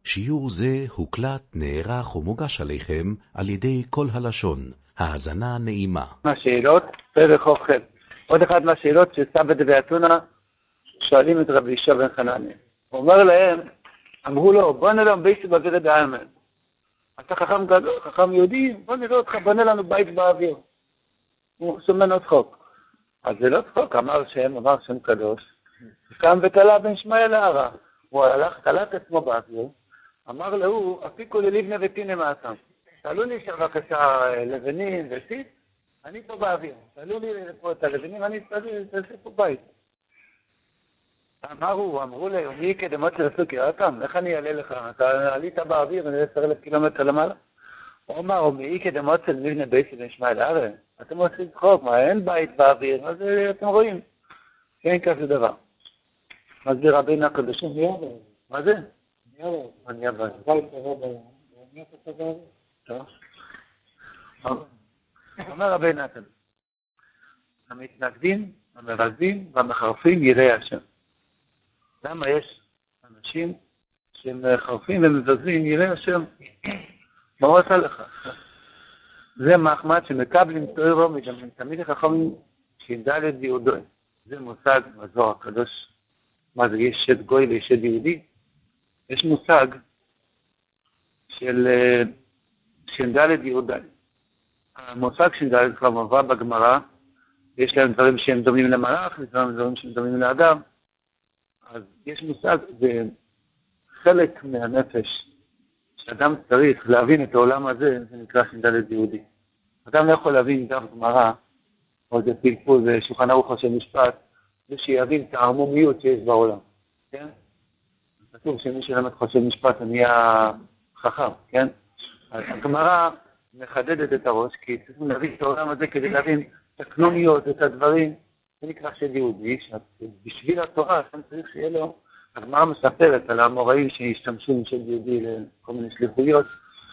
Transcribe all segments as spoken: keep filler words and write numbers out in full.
שיעור זה הוקלט, נערך ומוגש עליכם על ידי כל הלשון. האזנה נעימה. מהשאלות, פרק אוכל. עוד אחת מהשאלות שסבא דבעתונה שואלים את רבי ישוע בן חנניה. הוא אומר להם, אמרו לו, בוא נראה בייס באוויר דאמן. אתה חכם גדול, חכם יהודי, בוא נראה אותך, בנה לנו בית באוויר. הוא סומן עוד צחוק. אז זה לא צחוק, אמר שם, אמר שם קדוש. קם ותלה בין שמעיה להרה. הוא הלך, תלה את עצמו באוויר. אמר לו, אפיקו ללבנה וטינה מעתם. תעלו לי שם בבקשה לבנים וטיט, אני פה באוויר. תעלו לי פה את הלבנים, אני אעשה פה בית. אמרו, אמרו לי, מי קדמות של הסוכי, אתם, איך אני אעלה לך? אתה עלית באוויר, אני עשר אלף קילומטר למעלה. הוא אמר, מי קדמות של מבנה בייסי ונשמע לארץ? אתם עושים צחוק, מה, אין בית באוויר, אז אתם רואים. אין כזה דבר. מסביר רבינו הקדושים, מה זה? אני אבא. טוב. אומר רבינו הקדושים, המתנגדים, המרזים והמחרפים יראי השם. למה יש אנשים שמחרפים ומבזים יראי השם? מה הוא עשה לך? זה מחמד שמקבלים תוירו מתמיד החכמים שידע יהודו. זה מושג בזוהר הקדוש. מה זה, יש שד גוי לשד יהודי? יש מושג של שדלת יהודה. המושג שדלת כבר מובא בגמרא, יש להם דברים שהם דומים למלאך, יש להם דברים שהם דומים לאדם. אז יש מושג, זה חלק מהנפש, שאדם צריך להבין את העולם הזה, זה נקרא שדלת יהודי. אדם לא יכול להבין דף גמרא, או זה פלפול, זה שולחן ערוך של משפט, זה שיבין את הערמומיות שיש בעולם. כן? כתוב שמי שלמד חושב משפט נהיה חכם, כן? אז הגמרא מחדדת את הראש, כי צריכים להבין את העולם הזה כדי להבין את הקנוניות, את הדברים. זה נקרא של יהודי, שבשביל התורה, שם צריך שיהיה לו, הגמרא מספרת על המוראים שהשתמשו עם של יהודי לכל מיני שליחויות.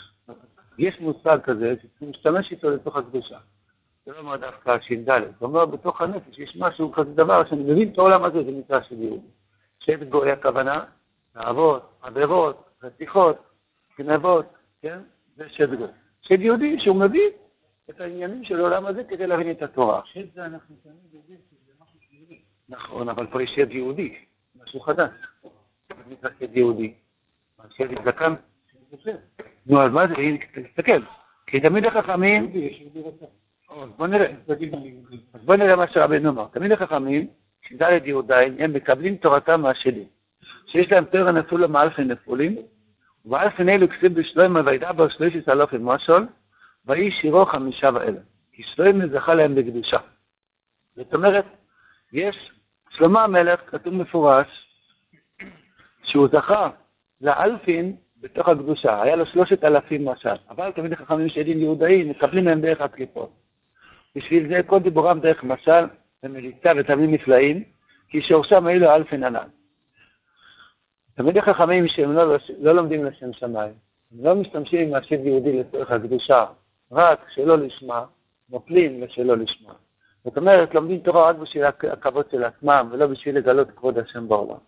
יש מושג כזה שצריכים להשתמש איתו לתוך הקדושה. זה לא מאוד דווקא ש"ד. זאת אומרת, בתוך הנפש יש משהו כזה דבר שאני מבין את העולם הזה, זה נקרא של יהודי. שד גוי הכוונה, אהבות, עבירות, רציחות, גנבות, כן? זה שד גוי. שד יהודי שהוא מבין את העניינים של העולם הזה כדי להבין את התורה. שד זה אנחנו תמיד יודעים שזה משהו שלילי. נכון, אבל פה יש שד יהודי, משהו חדש. זה נקרא שד יהודי. שד זקן? נו, אז מה זה? תסתכל. כי תמיד החכמים... אז בוא נראה. אז בוא נראה מה שרבנו אומר. תמיד החכמים, שדלת יהודיים, הם מקבלים תורתם מהשדים. שיש להם תורה נפולו מאלפי נפולים, ואלפי אלו כסיב בשלוים וידע בו שלוש אלפים משול, ויהי שירו חמישה ואלה. כי שלוים זכה להם בקדושה. זאת אומרת, יש שלמה המלך, כתוב מפורש, שהוא זכה לאלפין בתוך הקדושה. היה לו שלושת אלפים משל. אבל תמיד החכמים שדים יהודאים, מקבלים מהם דרך הקליפות. בשביל זה כל דיבורם דרך משל, ומליצה ותמים נפלאים, כי שורשם היו לו אלפין ענן. תמיד החכמים שהם לא, לא לומדים לשם שמיים, הם לא משתמשים עם השד יהודי לצורך הקדושה, רק שלא לשמה, מופלים לשלא לשמה. זאת אומרת, לומדים תורה רק בשביל הכבוד של עצמם, ולא בשביל לגלות כבוד השם בעולם.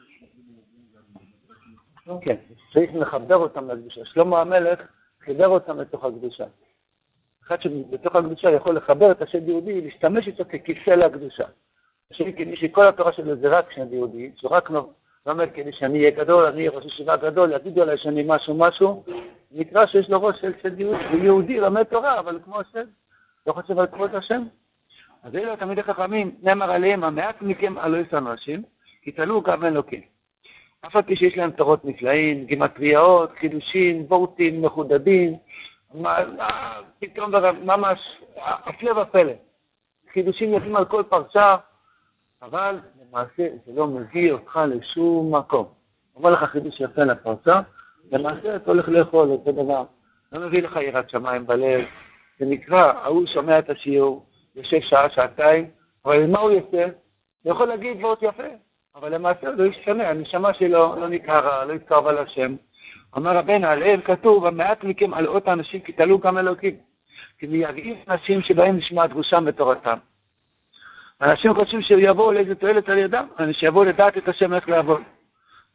כן, צריך לחבר אותם לקדושה. שלמה המלך חיבר אותם לתוך הקדושה. אחד שבתוך הקדושה יכול לחבר את השד יהודי, להשתמש איתו ככיסא לקדושה. השם כדי שכל התורה שלו זה רק שד יהודי, שרק לא אומר כדי שאני אהיה גדול, אני אהיה ראש ישיבה גדול, יגידו עליי שאני משהו משהו, נקרא שיש לו ראש של שד יהודי, הוא יהודי, למד תורה, אבל כמו השד, לא חושב על כבוד השם. אז אלו תמיד החכמים, נאמר עליהם, המעט מכם אלו ישנו השם, כי תלו גם אלוקים. אף על פי שיש להם תורות נפלאים, גימטריות, חידושים, וורטים, מחודדים, פתאום ממש, הפלא ופלא. חידושים יפים על כל פרשה, אבל למעשה זה לא מביא אותך לשום מקום. אומר לך חידוש יפה לפרשה, למעשה אתה הולך לאכול אותו דבר. לא מביא לך יראת שמיים בלב. זה נקרא, ההוא שומע את השיעור, יושב שעה, שעתיים, אבל מה הוא יוצא? הוא יכול להגיד דברות יפה, אבל למעשה הוא לא ישתנה, הנשמה שלו לא נקרא, לא יתקרב על השם. אומר רבנו, עליהם כתוב, המעט מכם על אות האנשים, כי תלו גם אלוקים. כי מייגעים אנשים שבאים לשמוע דרושם ותורתם. אנשים חושבים שיבואו לאיזה תועלת על ידם, שיבואו לדעת את השם איך לעבוד.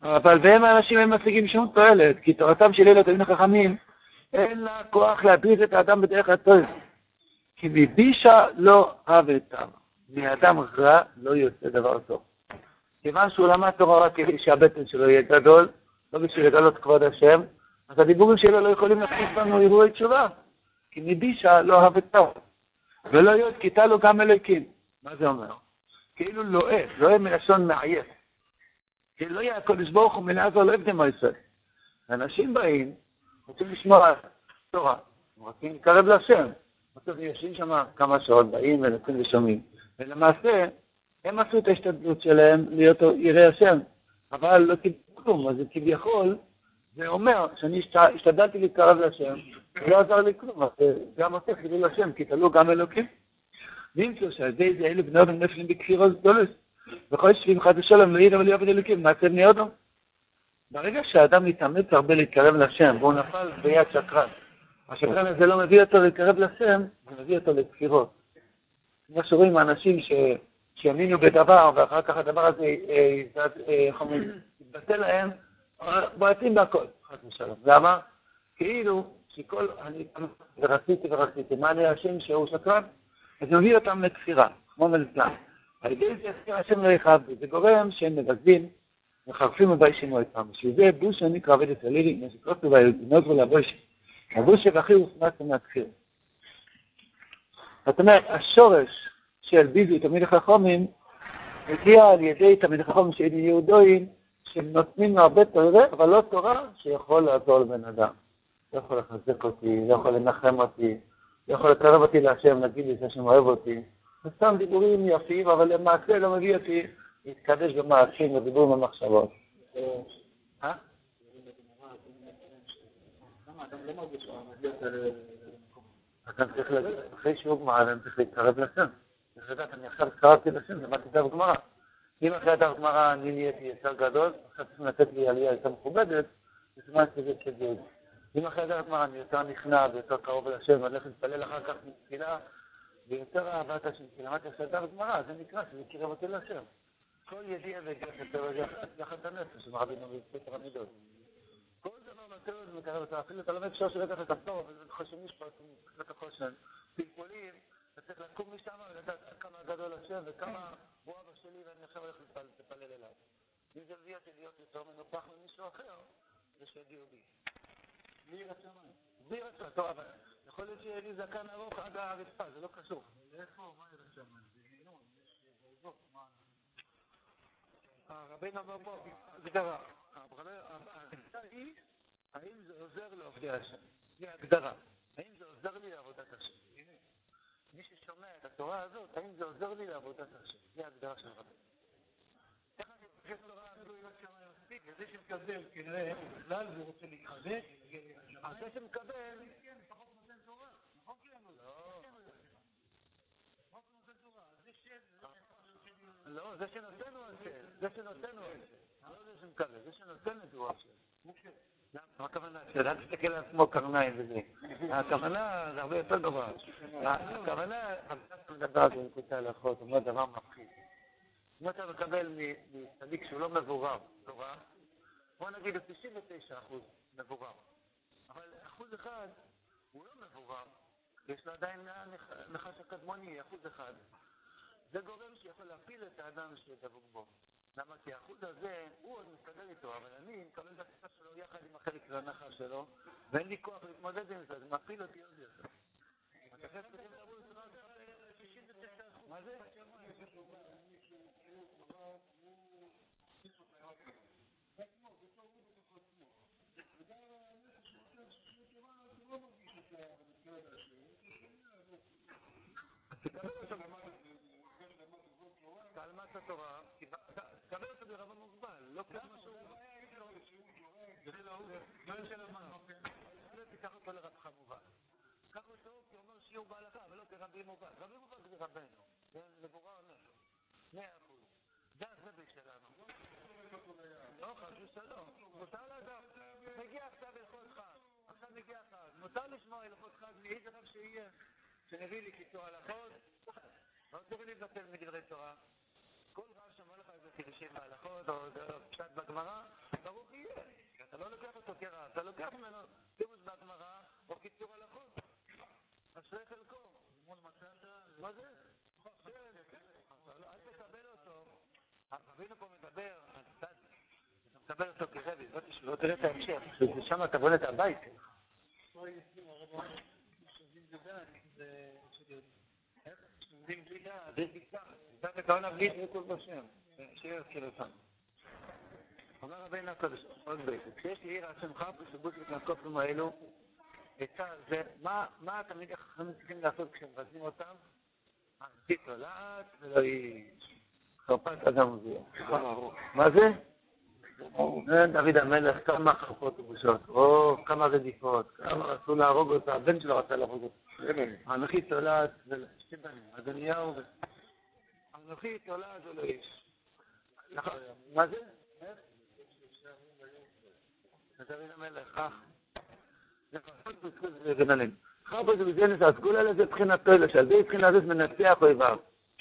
אבל והם האנשים הם משיגים שום תועלת, כי תורתם של אלה תלמידי חכמים, אין לה כוח להביט את האדם בדרך הטוב. כי מבישה לא אהבתם, מאדם רע לא יוצא דבר טוב. כיוון שהוא למד תורה רק כדי שהבטן שלו יהיה גדול, לא בשביל לגלות כבוד השם, אז הדיבורים שלו לא יכולים להכניס לנו אירועי תשובה. כי מבישה לא אהבתם, ולא להיות כיתה לו גם אלוקים. מה זה אומר? כאילו לואה, לואה מלשון מעייף. כי לא יהיה הקודש ברוך הוא מלעזור לא הבדם הישראל. אנשים באים, רוצים לשמוע תורה, רוצים להתקרב להשם. בסוף יושבים שם כמה שעות, באים ונוצאים ושומעים. ולמעשה, הם עשו את ההשתדלות שלהם להיות יראי השם, אבל לא קיבלו כלום. אז כביכול, זה אומר שאני השתדלתי להתקרב להשם, ולא עזר לי כלום. אז גם עושה חילול להשם, כי תלו גם אלוקים. נמצא שעל ידי זה אלו בני אדם נפלים בכפירות גדולות. וכל שבים חד ושלום לא יראה ולהיות אלוקים, נעשה בני אדם. ברגע שהאדם מתאמץ הרבה להתקרב לשם, והוא נפל ביד שקרן, השקרן הזה לא מביא אותו להתקרב לשם, הוא מביא אותו לכפירות. כמו שרואים האנשים שיאמינו בדבר, ואחר כך הדבר הזה יתבטא להם, בועטים בהכל, חד ושלום. למה? כאילו שכל, אני ורציתי ורציתי, מה אני השם שהוא שקרן? אז מביא אותם לכפירה, כמו מלצלם. על ידי זה השם לא יכבד, זה גורם שהם מבזים וחרפים וביישים אותם. שזה בושה נקרא עבד את הלילי, מה שקוראים ולנוזר לבושה. הבושה והכי הופנץ מהכפיר. זאת אומרת, השורש של ביזוי תלמידי חכמים הגיע על ידי תלמידי חכמים שהיו יהודויים, שנותנים לו הרבה תורה, אבל לא תורה שיכול לעזור לבן אדם. לא יכול לחזק אותי, לא יכול לנחם אותי, לא יכול לקרב אותי להשם, להגיד לי שהשם אוהב אותי. זה סתם דיבורים יפים, אבל למעשה לא מביא אותי להתקדש במעשים ודיבורים במחשבות. אה? אתה צריך להגיד, אחרי שיעור גמרא, אני צריך להתקרב לשם. צריך לדעת, אני עכשיו קראתי לשם, למדתי דף גמרא. אם אחרי דף גמרא אני נהייתי יותר גדול, עכשיו צריכים לתת לי עלייה יותר מכובדת, זה סימן שזה שגיאות. אם אחרי דף גמרא אני יותר נכנע ויותר קרוב לשם, ואני הולך להתפלל אחר כך מתפילה, ויותר אהבת השם, כי למדתי אחרי דף גמרא, זה נקרא שזה קירב אותי לשם. כל ידיעה והגיע יותר יחד את הנפש, שמרבינו בספר המידות. כל דבר נותן זה מקרב אותה, אפילו אתה לומד שור שלקח את הפטור, וזה חושן משפט, זה חושן. פלפולים, אתה צריך לקום משם ולדעת כמה גדול השם וכמה הוא אבא שלי ואני עכשיו הולך לפלל אליו. אם זה מביא אותי להיות יותר מנופח ממישהו אחר, זה שיגיעו בי. בלי רצון. בלי רצון, טוב, אבל יכול להיות שיהיה לי זקן ארוך עד הרצפה, זה לא קשור. איפה, מה יהיה רצון? זה גינון, יש רזות, מה? הרבינו אמר פה, זה דבר. ההגדרה היא, האם זה עוזר לעובדי השם? זה ההגדרה. האם זה עוזר לי לעבודת השם? מי ששומע את התורה הזאת, האם זה עוזר לי לעבודת השם? זה ההגדרה של רבי. איך אני חושב תורה הזו היא לא שמע מספיק, וזה שמקבל כנראה בכלל, הוא רוצה להתחזק, אז זה שמקבל... כן, פחות נותן תורה. נכון כי לנו? לא. פחות נותן תורה. זה שם, לא, זה שנותן הוא השם. זה שנותן הוא השם. לא זה שמקבל, זה שנותן את הוא השם. מה הכוונה? שאלה תסתכל על עצמו קרניים וזה. הכוונה זה הרבה יותר דבר. הכוונה, אתה מדבר על נקודה לאחות, הוא אומר דבר מפחיד. אם אתה מקבל מצדיק שהוא לא מבורר, תורה, בוא נגיד תשעים ותשעה אחוז מבורר. אבל אחוז אחד הוא לא מבורר, יש לו עדיין נחש הקדמוני, אחוז אחד. זה גורם שיכול להפיל את האדם שדבוק בו. למה? כי האחוז הזה, הוא עוד מסתדר איתו, אבל אני מקבל את התפיסה שלו יחד עם החלק של הנחש שלו, ואין לי כוח להתמודד עם זה, זה מפיל אותי עוד יותר. מה זה? תלמד התורה, תקבל אותו ברב המוגבל, לא כמו שהוא... זה לא הוא, לא של המאן. תיקח אותו לרב חמובה. קח אותו כי הוא אומר שיעור בהלכה, אבל לא כרבי מובן. רבי מובן זה רבנו, זה מבורר נפש. מאה אחוז. זה הזבל שלנו. לא, חשוב שלום. מותר לאדם. מגיע עכשיו הלכות חג. עכשיו מגיע חג. מותר לשמוע הלכות חג מאיזה רב שיהיה. שנביא לי קיצור הלכות. לא צריך להתבטל מדברי תורה. כל רב שאומר לך איזה קידושים בהלכות, או פשט בגמרא, ברוך יהיה. אתה לא לוקח אותו כרע, אתה לוקח ממנו פירוש בגמרא, או קיצור הלכות. אשרי חלקו. מה זה? אל תקבל אותו. רבינו פה מדבר, אתה מקבל אותו כרבי, לא תראה את ההמשך, ושם אתה בונה את הבית. לומדים בלי דעת, יש דיסה, דיסה וכהונה בלי דריקות בשם, שיר כאילו שם. אומר רבינו הקדוש, עוד בית, כשיש לי עיר השם חף ושבוש וכנקופים האלו, עצה זה, מה תמיד החכמים צריכים לעשות כשמבזים אותם? ארצית לא לאט ולא היא חרפת אדם וזה. מה זה? דוד המלך, כמה חרפות ובושות, או כמה רדיפות, כמה רצו להרוג אותה, הבן שלו רצה להרוג אותה. אנוכי תולעת, שתי בנים, אדוניהו, אנוכי תולעת ולא איש. מה זה? דוד המלך, אה? זה חרפות בזכות וגנלים. חרפות ובזכות הסגולה לזה בחינת תוילה, שעל זה בחינת זה מנצח אויביו.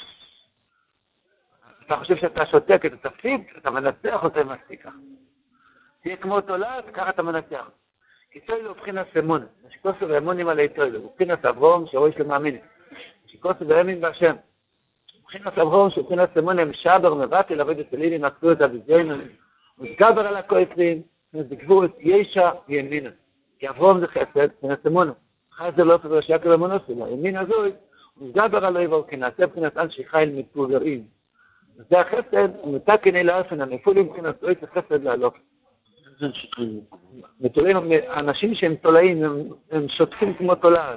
אתה חושב שאתה שותק את התפקיד, אתה מנצח אותו עם הסתיקה. תהיה כמו תולעת, ככה אתה מנצח. כי תוילו הוא בחינת אמון. שכוסו ואמונים עלי תוילו. הוא בחינת אברום שרואי שלו מאמין. שכוסו ואמין בהשם. בחינת אברום שהוא בחינת אמון הם שבר מבטל עבד את אלילי נקדו את אביזינו. הוא סגבר על הכויפרים. וזגבור את ישע וימינה. כי אברום זה חסד, בחינת אמונו. חסד לא עושה שקר אמונו שלו. ימין הזוי, הוא סגבר על אויבו, כי נעשה בחינת אנשי חיל מפולרים. זה החסד, הוא מתקן אל האופן, הנפולים מבחינת תועית החסד לעלות. מתולים, האנשים שהם תולעים, הם שוטפים כמו תולעת.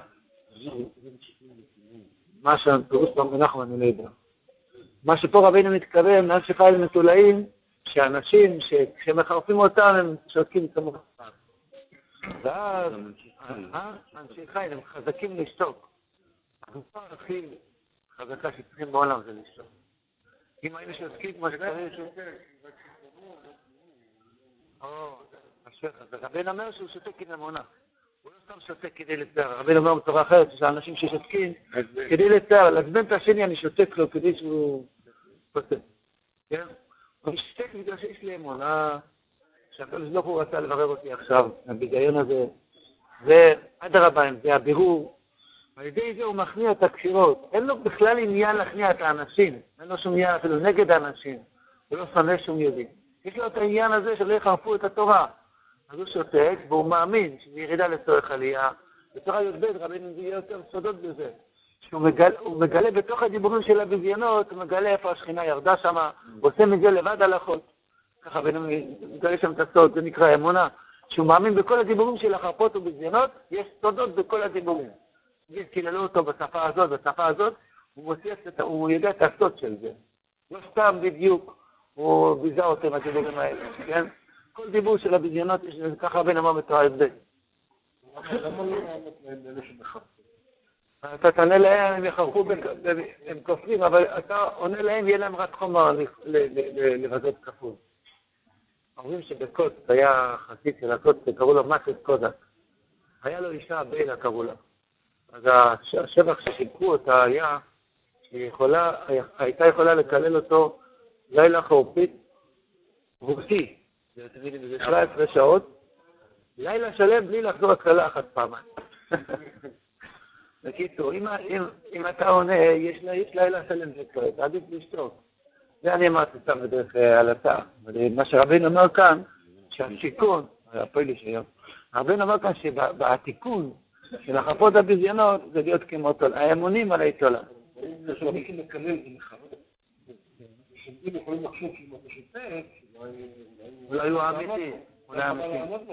מה שהפירוש במנחם אני לא יודע. מה שפה רבינו מתכוון, אנשי חיל מתולעים, שאנשים שכשמחרפים אותם הם שותקים כמו תולעת. ואז, אנשי חיל הם חזקים לשתוק. הגופה הכי חזקה שצריכים בעולם זה לשתוק. אם היינו שותקים כמו שצריך... או, אשריך, רבינו אומר שהוא שותק עם אמונה. הוא לא סתם שותק כדי לצער. רבינו אומר בתורה אחרת, שיש אנשים ששותקים כדי לצער. לעצבן את השני אני שותק לו כדי שהוא... שותק. כן? הוא שותק בגלל שיש לי אמונה, שהקדוש ברוך הוא רצה לברר אותי עכשיו, הביזיון הזה. ואדרבה, זה הבירור. על ידי זה הוא מכניע את הקשירות. אין לו בכלל עניין להכניע את האנשים. אין לו שום עניין אפילו נגד האנשים. הוא לא שונא שום יהודי. יש לו את העניין הזה שלא יחרפו את התורה. אז הוא שותק והוא מאמין שזה ירידה לצורך עלייה. בתורה י"ב רבינו יהיה יותר סודות בזה. שהוא מגלה, מגלה בתוך הדיבורים של הביזיונות, הוא מגלה איפה השכינה ירדה שם, הוא עושה מזה לבד הלכות. ככה רבינו מגלה שם את הסוד, זה נקרא אמונה. שהוא מאמין בכל הדיבורים של החרפות וביזיונות, יש סודות בכל הדיבורים. קיללו אותו בשפה הזאת, בשפה הזאת, הוא מוציא את, הוא יודע את הסוד של זה. לא סתם בדיוק, הוא ביזה אותם הדיבורים האלה, כן? כל דיבור של הביזיונות, ככה רבינו אמר בתורה י"ב. למה לא לענות להם לאלה שמחרפו? אתה תענה להם, הם יחרפו, הם כופרים, אבל אתה עונה להם, יהיה להם רק חומר לבזות כפול. אומרים שבקוץ, היה חסיד של הקוץ, קראו לו מסת קודק. היה לו אישה בילה, קראו לה. אז השבח ששיבחו אותה היה שהיא יכולה, הייתה יכולה לקלל אותו לילה חורפית רוסי, זה תמיד בזה שבע עשרה שעות, לילה שלם בלי לחזור הקללה אחת פעמיים. בקיצור, אם, אם, אם אתה עונה, יש, יש לילה שלם שקוראת, עדיף לשתוק. זה אני אמרתי סתם בדרך הלצה. מה שרבינו אומר כאן, שהתיקון, הפועלי שהיום, רבינו אומר כאן שבתיקון, של החרפות הביזיונות זה להיות כמו תולעת, האמונים עלי תולעת. מי שמקלל זה מחרפ. שומעים יכולים לחשוב שאם אתה שותק, אולי הוא אמיתי, אולי אמיתי.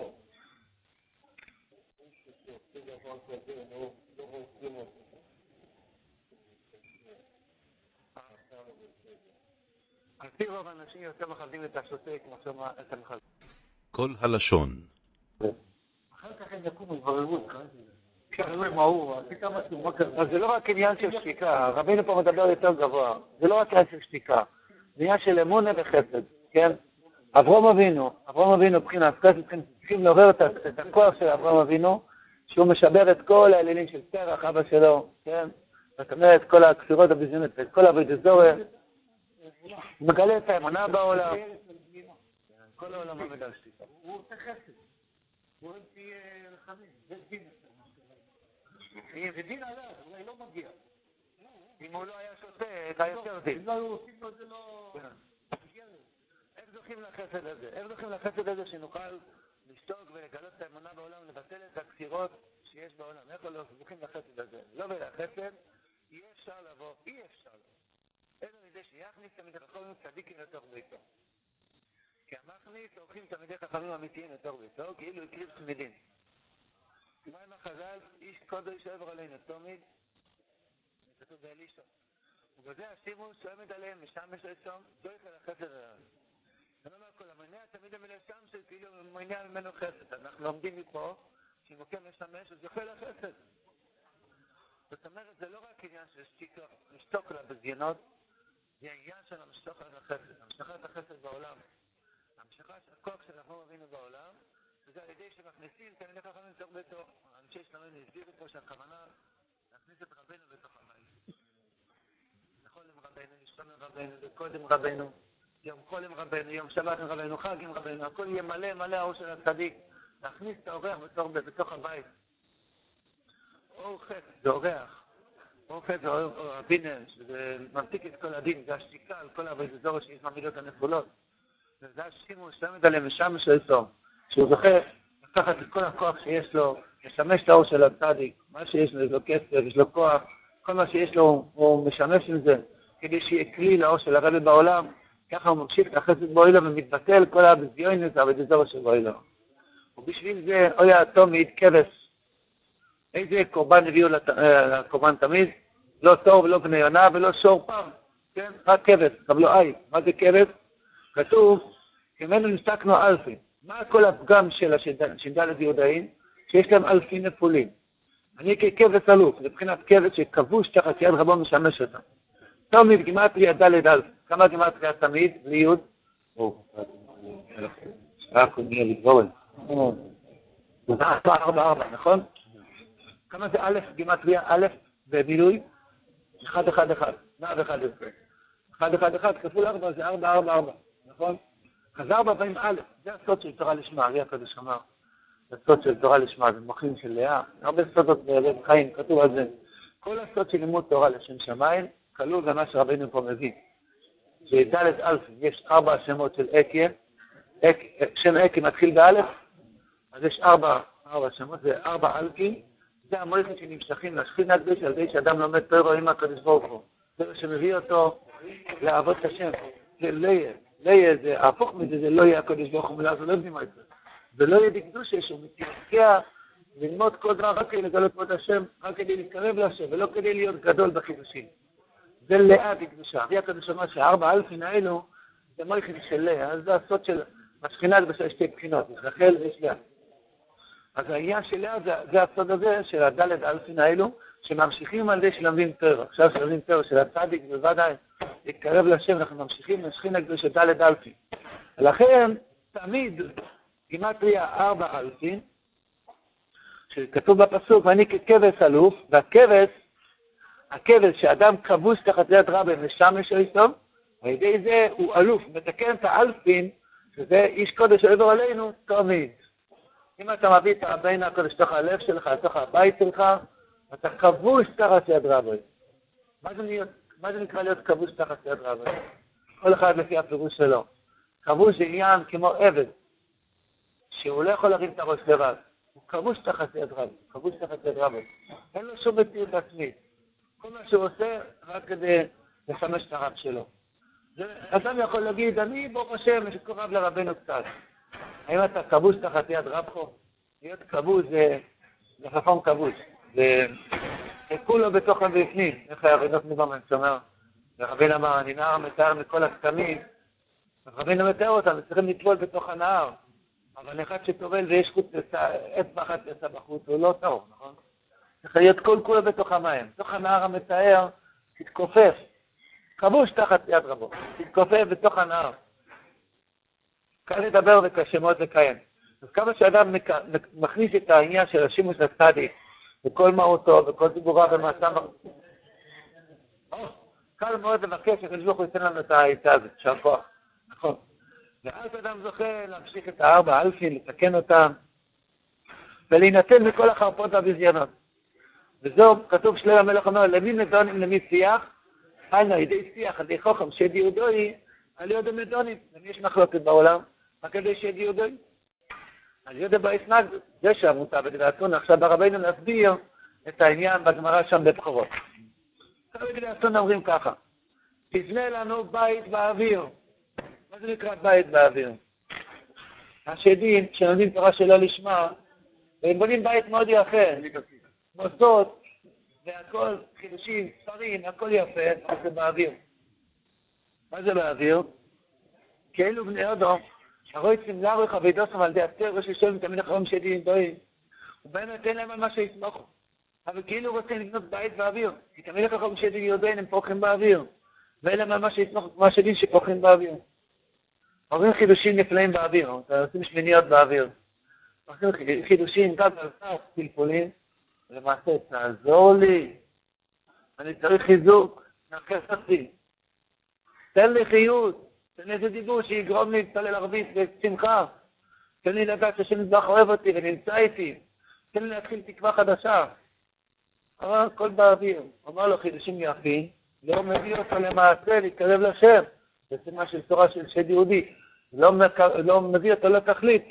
על פי רוב האנשים יותר מכבדים את השותק כמו את המחלק. כל הלשון. אחר כך הם יקומו יבררו, אז זה לא רק עניין של שתיקה, רבינו פה מדבר יותר גבוה, זה לא רק עניין של שתיקה, זה עניין של אמונה וחסד, כן? אברהם אבינו, אברהם אבינו בחינת חסד, צריכים לעורר את הכוח של אברהם אבינו, שהוא משבר את כל האלילים של תרח, אבא שלו, כן? זאת אומרת, כל הכפירות הביזיונות, את כל עבודת זורע, הוא מגלה את האמונה בעולם. כל העולם עומד על שתיקה. הוא עושה חסד. הוא אוהב תהיה רחמים. זה דין. זה דין עליו, אולי לא מגיע. אם הוא לא היה שותה, היה יותר דין. אם לא היו עושים לו, זה לא... איך זוכים לחסד הזה? איך זוכים לחסד הזה שנוכל לשתוק ולגלות את האמונה בעולם, לבטל את הקצירות שיש בעולם? איך לא זוכים לחסד הזה? לא ולחסד, אי אפשר לבוא, אי אפשר לבוא. איזה מזה שיכניס תמידי חכמים צדיקים לתוך ביתו. כי המכניס עורכים תמידי חכמים אמיתיים לתוך ביתו, כאילו הקריב תמידים. מה עם החז"ל? איש קודש עבר עלינו תמיד, כתוב באלישע. ובזה השימוש שעומד עליהם משמש לצום, לא יכל החסד עליו. אני אומר כל המניע תמיד המלא שם שכאילו מניע ממנו חסד. אנחנו לומדים מפה שאם הוא כן משמש אז יוכל החסד. זאת אומרת זה לא רק עניין של לשתוק לה בזיינות, זה העניין של המשלוח על החסד, המשלחת החסד בעולם. המשלחת הכוח שאנחנו מבינים בעולם, וזה על ידי שמכניסים תלמידי חכמים לתוך ביתו. אנשי שלמים הסבירו פה שהכוונה להכניס את רבנו בתוך הבית. לאכול עם רבנו, לשתום עם רבנו, לקוד עם רבנו, יום חול עם רבנו, יום שבת עם רבנו, חג עם רבנו, הכל יהיה מלא מלא האור של הצדיק. להכניס את האורח בתוך, בתוך הבית. אור חטא זה אורח. אור חטא זה אור הבינש, זה ממתיק את כל הדין, זה השתיקה על כל הבית הזור שיש מהמידות הנפולות. וזה השימוש שעומד עליהם ושם של סום. שהוא זוכה לקחת את כל הכוח שיש לו, לשמש את האור של הצדיק, מה שיש לו, יש לו כסף, יש לו כוח, כל מה שיש לו הוא משמש עם זה, כדי שיהיה כלי לאור של הרבי בעולם, ככה הוא ממשיך לחסד בו אילו ומתבטל כל הבזיונס, הבדזור של בו אילו. ובשביל זה, אוי התומית, כבש. איזה קורבן הביאו לקורבן תמיד? לא תור ולא בני יונה ולא שור פעם, כן? רק כבש, קבלו אי. מה זה כבש? כתוב, כמנו נשתקנו אלפי. מה כל הפגם של השנדלת יהודאים? שיש להם אלפי נפולים. אני ככבש אלוף, לבחינת כבש שכבוש תחת יד רבו משמש אותם. תומית גימטריה דלת אלף. כמה גימטריה תמיד? בלי יוד? רק הוא נהיה לגבורן. זה ארבע, ארבע, ארבע, נכון? כמה זה א' גימטריה? א' במילוי? אחד, אחד, אחד. מאה ואחד עשרה. אחד, אחד, אחד, כפול ארבע זה ארבע, ארבע, ארבע. נכון? אז ארבע פעמים א', זה הסוד של תורה לשמה, אריה הקדוש אמר. זה הסוד של תורה לשמה, זה מוחים של לאה. הרבה סודות בלב חיים, כתוב על זה. כל הסוד של לימוד תורה לשם שמיים, כלול במה שרבינו פה מביא. שדלת אלף, יש ארבע שמות של אקיה. שם אקיה מתחיל באלף, אז יש ארבע, ארבע שמות, זה ארבע אלפים. זה המועצת שנמשכים לשכינה הקדוש על ידי שאדם לומד תורה עם הקדוש ברוך הוא. זה מה שמביא אותו לעבוד את השם. זה לא יהיה. לא יהיה, זה ההפוך מזה, זה לא יהיה הקדוש ברוך הוא מילה, זה לא יודעים את זה. זה לא יהיה בקדושה שהוא מתייחקע ללמוד כל דבר רק כדי לגלות פה את השם, רק כדי להתקרב להשם, ולא כדי להיות גדול בחידושים. זה לאה בקדושה. אבי הקדוש אמר שהארבע אלפין האלו, זה מויכים של לאה, אז זה הסוד של השכינה בשביל שתי בחינות, יש רחל ויש לאה. אז העניין של לאה זה, זה הסוד הזה של הדלת אלפין האלו, שממשיכים על זה שלמדים תורה. עכשיו שלמדים תורה של הצדיק, בוודאי להתקרב להשם, אנחנו ממשיכים לשכינה הקדושה דלת אלפין. ולכן, תמיד, גימטריה ארבע אלפין, שכתוב בפסוק, ואני ככבש אלוף, והכבש, הכבש שאדם כבוש תחת יד רבי משמש איתו, על ידי זה הוא אלוף, מתקן את האלפין, שזה איש קודש עבר עלינו, תמיד. אם אתה מביא את הרבינו הקודש תוך הלב שלך, תוך הבית שלך, אתה כבוש תחת יד רבי. מה זה, להיות, מה זה נקרא להיות כבוש תחת יד רבי? כל אחד לפי הפירוש שלו. כבוש זה עניין כמו עבד, שהוא לא יכול להרים את הראש לבד. הוא כבוש תחת יד רבי, כבוש תחת יד רבי. אין לו שום מציאות עצמית. כל מה שהוא עושה, רק כדי לשמש את הרב שלו. אדם יכול להגיד, אני ברוך השם, שקורב לרבנו קצת. האם אתה כבוש תחת יד רבכו? להיות כבוש זה לחכום כבוש. זה כולו בתוך המבפנים. איך הרבינות מבמן שאומר, ורבינו אמר, אני נער מתאר מכל הכתמים. רבינו מתאר אותם, צריכים לטבול בתוך הנהר. אבל אחד שטובל ויש חוץ אצבע אחת יצא בחוץ, הוא לא טוב, נכון? צריך להיות כל כולו בתוך המים. בתוך הנהר המתאר, תתכופף. כבוש תחת יד רבו. תתכופף בתוך הנהר. כאן לדבר וקשה מאוד לקיים. אז כמה שאדם מכניס את העניין של השימוש הצדיק, וכל מהותו, וכל דיבוריו ומעשיו, קל מאוד לבקש שהקדוש ברוך הוא ייתן לנו את העצה הזאת, יישר כוח, נכון. ואז אדם זוכה להמשיך את הארבע אלפין, לתקן אותם, ולהינתן מכל החרפות והביזיונות. וזהו כתוב שלמה המלך אומר, למי מדונים למי שיח? היינו, ידי שיח, ידי חוכם, שד יהודוי, על יהודה מדונים. למי יש מחלוקת בעולם? רק כדי שד יהודוי. על יהודה בהתנגד, זה שהמוצא בדברי אתונה. עכשיו ברבינו נסביר את העניין בגמרא שם בבחורות. עכשיו בדברי אתונה אומרים ככה, תבנה לנו בית באוויר. מה זה נקרא בית באוויר? השדים, כשנותנים תורה שלא לשמה, והם בונים בית מאוד יפה, מוסדות, והכל, חידושים, ספרים, הכל יפה, אז זה באוויר. מה זה באוויר? כאילו בני אדום, הרועצים לארוך הבידוסם על די הפטר, ראש לשאולים תמיד אחרון שדים דויים, ובאמת אין להם על מה שיסמוכו. אבל כאילו רוצים לבנות בית באוויר, כי תמיד אחרון שדים יודעים הם פורחים באוויר, ואין להם על מה שיסמוכו כמו השדים שפורחים באוויר. עושים חידושים נפלאים באוויר, עושים שמיניות באוויר. עושים חידושים גם על פלפולים, למעשה, תעזור לי, אני צריך חיזוק, נרחס אותי, תן לי חיות, תן לי איזה דיבור שיגרום לי להתפלל ערבית ושמחה, תן לי לדעת שהשם יתברך אוהב אותי ונמצא איתי, תן לי להתחיל תקווה חדשה. אבל הכל באוויר, אמר לו חידושים יפים, לא מביא אותו למעשה להתקרב לשם, זה סימן של תורה של שד יהודי, לא, לא מביא אותו לתכלית.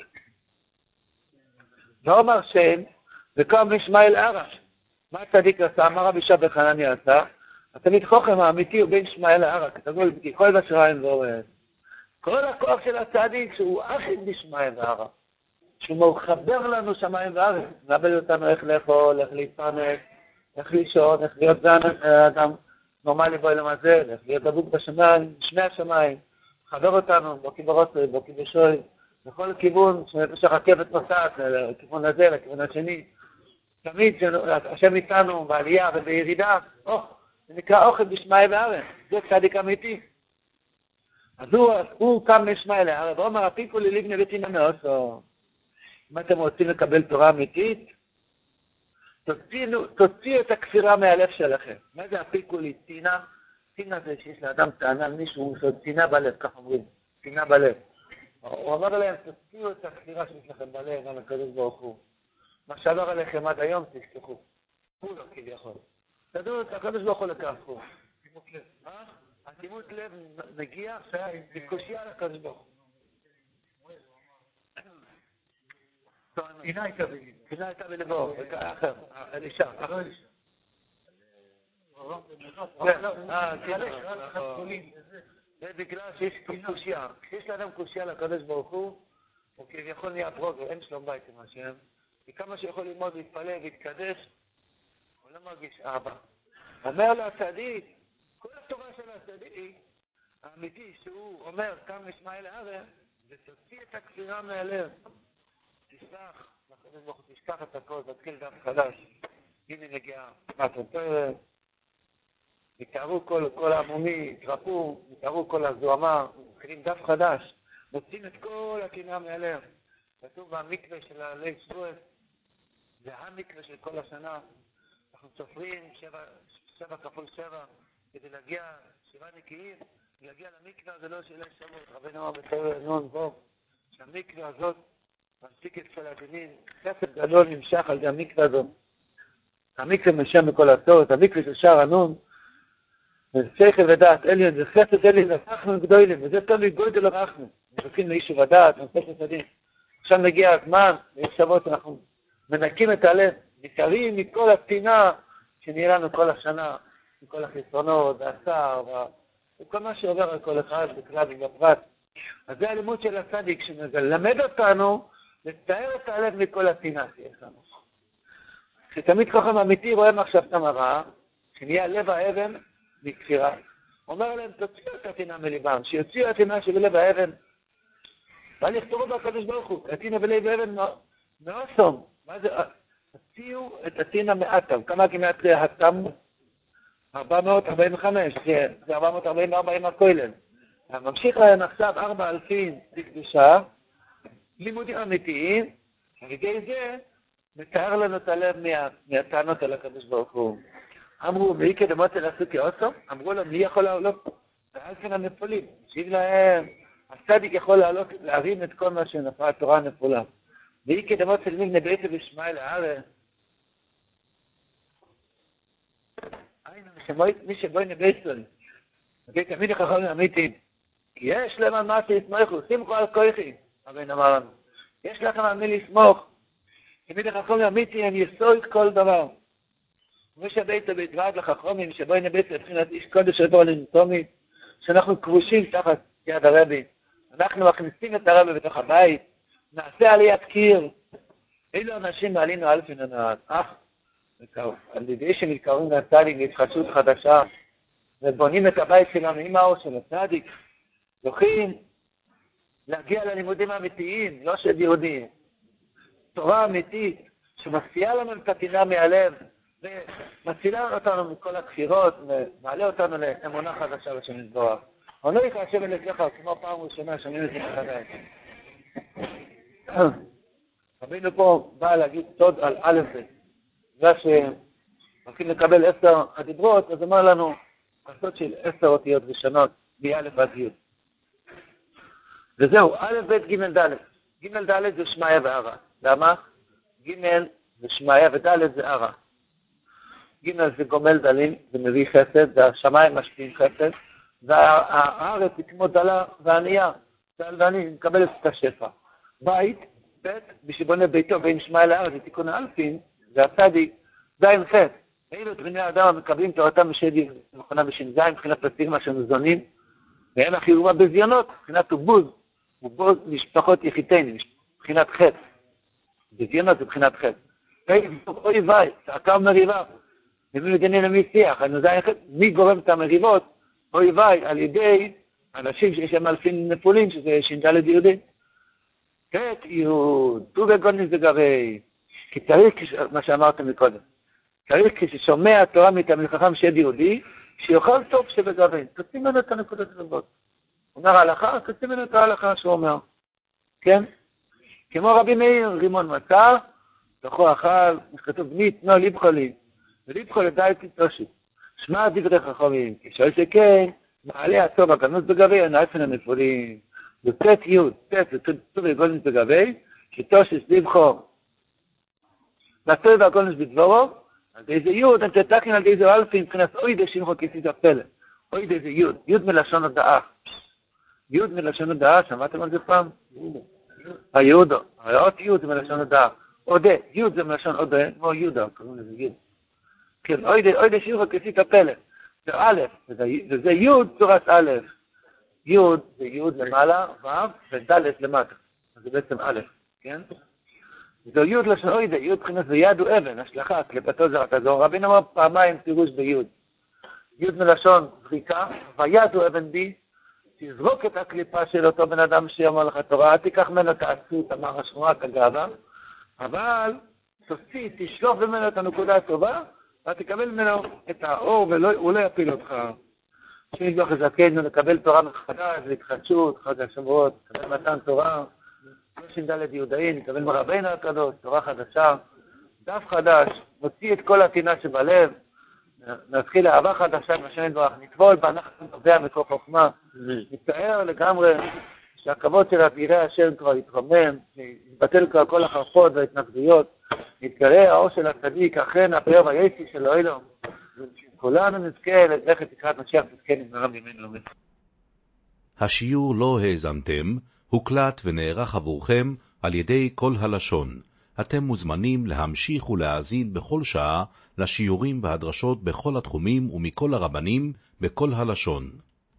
ואומר שם, וקם ישמעאל הרש. מה הצדיק עשה? מה רבי שבי חנניה עשה? התלמיד חוכם האמיתי הוא בין ישמעאל הרש. תגמול כל בשריים ואורז. כל הכוח של הצדיק שהוא אחיד בישמעאל הרש. שהוא מחבר לנו שמיים וארץ. נאבד אותנו איך לאכול, איך להתפרנס, איך לישון, איך להיות אדם נורמלי בעולם הזה, איך להיות דבוק בשמיים, בשמי השמיים. חבר אותנו, בוקי ברוסי, בוקי בשוי. בכל כיוון שהרכבת נוסעת, לכיוון הזה, לכיוון השני, תמיד השם איתנו בעלייה ובירידה, אוח, זה נקרא אוכל בשמיים וארץ, זה צדיק אמיתי. אז הוא, הוא קם משמיים לארץ, ואומר, הפיקו לי לבני ביתינה מאוסו. אם אתם רוצים לקבל תורה אמיתית, תוציאו, תוציאו את הכפירה מהלב שלכם. מה זה הפיקו לי? טינה? טינה זה שיש לאדם טענה על מישהו, זה טינה בלב, כך אומרים, טינה בלב. הוא אמר להם, תוציאו את הכפירה שיש לכם בלב, על הקדוש ברוך הוא. מה שעבר עליכם עד היום, תשכחו. הוא לא כביכול. תדעו את הקדוש ברוך הוא לקחו. תימות לב. מה? התימות לב מגיע בקושיה על הקדוש ברוך הוא. פינה הייתה בלבו. פינה הייתה בלבו. אחר. אלישע. אחר אלישע. אה, זה בגלל שיש קושיה. כשיש לאדם קושיה לקדוש ברוך הוא, הוא כביכול נהיה ברוגר, אין שלום בית עם השם, וכמה שיכול ללמוד להתפלל ולהתקדש, הוא לא מרגיש אבא. אומר לו הצדיק, כל התורה של הצדיק, האמיתי שהוא אומר, קם ישמעאל הארץ, ותוציא את הכפירה מהלב. תסלח, לקדוש ברוך הוא תשכח את הכל, תתחיל דף חדש. הנה נגיעה, מתנתרת. יתארו כל, כל העמומי, יתרפו, יתארו כל הזוהמה, מתחילים דף חדש, מוצאים את כל הקנאה מהלב. כתוב במקווה של הליל שבועות, זה המקווה של כל השנה. אנחנו סופרים שבע, שבע כפול שבע, כדי להגיע שבעה נקיים, להגיע למקווה זה לא של ליל שבועות. רבינו אמר בתור נון בו, שהמקווה הזאת מפסיק את כל הדינין, חסד גדול נמשך על זה המקווה הזאת. המקווה משם מכל הצורת, המקווה של שער הנון, ושכל ודעת אליון, זה חסד אליון, אנחנו גדולים, וזה תלוי גודל אנחנו. נזוקים לאישור הדעת, נושא חסדים. עכשיו נגיע הזמן, וישבות אנחנו מנקים את הלב, ניכרים מכל הפתינה שנהיה לנו כל השנה, מכל החסרונות, והצער, וכל מה שעובר על כל אחד, בכלל ובפרט. אז זה הלימוד של הצדיק, שמלמד אותנו לתאר את הלב מכל הפתינה שיש לנו. כשתמיד חכם אמיתי רואה עכשיו את המראה, שנהיה לב האבן, מכפירה. אומר להם, תוציאו את הטינה מליבם, שיוציאו את הטינה שבלב האבן. ואל יכתבו בקדוש ברוך הוא, הטינה בלב האבן מאוסום. מה זה? תוציאו את הטינה מאטם. כמה כמעט התם? ארבע מאות ארבעים וחמש, זה ארבע מאות ארבעים וארבע עם הכולל. ממשיך להם עכשיו ארבע אלפים בקדושה, לימודים אמיתיים, על ידי זה מתאר לנו את הלב מה, מהטענות על הקדוש ברוך הוא. אמרו, מי קדמות אל עשו כאוסו? אמרו לו, מי יכול לעלות? ועל כן הנפולים. שיב להם, הצדיק יכול לעלות, להרים את כל מה שנפלה התורה הנפולה. מי קדמות אל מי נבית ושמעאל הארץ? מי שבוי נבית לו, נביא תמיד החכמים אמיתיים. כי יש להם על מה שיסמכו, שימחו על כוחי, רבינו אמר לנו. יש לכם על מי לסמוך. תמיד החכמים אמיתיים יסוד כל דבר. כמו שבית ובדברת לחכמים, שבוי נבית לבחינת איש קודש רבור לנתומי, שאנחנו כבושים תחת יד הרבי. אנחנו מכניסים את הרבי בתוך הבית, נעשה עליית קיר. אילו אנשים מעלינו אלפין הנעד, אך, על ידי שמתקרבים לצדיק להתחדשות חדשה, ובונים את הבית שלנו עם האור של הצדיק, זוכים להגיע ללימודים האמיתיים, לא של יהודים. תורה אמיתית שמפתיעה לנו את הטינה מהלב, ומצילה אותנו מכל הכפירות, ומעלה אותנו לאמונה חדשה בשם יתברך. עונה לך השם אלוקיך, כמו פעם ראשונה שומעים את זה מחדש. רבינו פה בא להגיד סוד על א' ב'. בגלל שהולכים לקבל עשר הדיברות, אז אמר לנו הסוד של עשר אותיות ראשונות, מא' עד י'. וזהו, א' ב' ג' ד'. ג' ד' זה שמעיה וערה. למה? ג' זה שמעיה וד' זה ערה. ג' זה גומל דלים, זה מביא חסד, והשמיים משפיעים חסד, והארץ היא כמו דלה וענייה, דל ועני, מקבלת את השפע. בית, ב' בשבונה ביתו בין שמעיה לארץ, זה תיקון האלפין, זה הצדיק, זין ח'. אילו את בני האדם המקבלים תורתם בשדי, מכונה בשם זין, מבחינת הסטיגמה שנזונים, והם החיובה בזיונות, מבחינת ובוז, ובוז משפחות יחיתני, מבחינת ח'. בזיונות זה מבחינת ח'. אוי ואי, צעקה ומריבה. ומי מגנה למי שיח, מי גורם את המריבות, אוי ואי, על ידי אנשים שיש להם אלפים נפולים, שזה שינדה ליהודים. ח' יהוד, ט"ו בגודל זה גבי, כי צריך, מה שאמרתם מקודם, צריך כששומע התורה מתלמיד חכם שד יהודי, שיוכל טוב שבגבי, תוצאים ממנו את הנקודות רבות. אומר ההלכה, תוצאים ממנו את ההלכה שהוא אומר. כן? כמו רבי מאיר, רימון מצא, תוכו אכל, כתוב בני תנו ליבך לי, וליבך לדעי תתרשי. שמע דברי חכמים, כשאל שכן, מעלה הטוב הגנות בגבי, הנאפן הנפולים. ופט יוד, פט וטוב וגולנס בגבי, שתושש ליבכו. והטוב והגולנס בדברו, על איזה יוד, אני תתקן על איזה אלפים, מבחינת אוי דה שמחו כסיס הפלא. אוי דה זה יוד, יוד מלשון הודעה. יוד מלשון הודעה, שמעתם על זה פעם? היהודו, האות יוד זה מלשון הודעה. עודה, יוד זה מלשון עודה, כמו יהודה, קוראים לזה יוד. כן, אוי דה שמחו כסיס הפלא. זה א', וזה יוד צורת א'. יוד זה יוד למעלה, ו' וד' למטה. זה בעצם א', כן? זה יוד לשון אוידה, יוד מבחינת זה יד הוא אבן, השלכה, קליפתו זרק הזו. רבין אמר פעמיים פירוש ביוד. יוד מלשון זריקה, ויד הוא אבן בי, תזרוק את הקליפה של אותו בן אדם שיאמר לך תורה, תיקח ממנו תעשו את המר השמועה, את הגאווה, אבל תוציא, תשלוף ממנו את הנקודה הטובה, ותקבל ממנו את האור והוא לא יפיל אותך. שנשלוח לזכנו לקבל תורה מחדש, להתחדשות, חג השבועות, לקבל מתן תורה, לא ש"ד יהודאי, נקבל מרבינו הקדוש, תורה חדשה, דף חדש, נוציא את כל הטינה שבלב, נתחיל לאהבה חדשה, משנה דברך, נטבול ואנחנו נובע מקור חוכמה, נתאר לגמרי שהכבוד של יראי השם כבר יתרומם, נתבטל כבר כל החרפות וההתנגדויות, נתגלה האור של הצדיק, אכן הפאר והיסי של אלוהים. כולנו נזכה ללכת לקראת משיח תזכה נגמרה ממנו. השיעור לא האזנתם, הוקלט ונערך עבורכם על ידי כל הלשון. אתם מוזמנים להמשיך ולהאזין בכל שעה לשיעורים והדרשות בכל התחומים ומכל הרבנים בכל הלשון.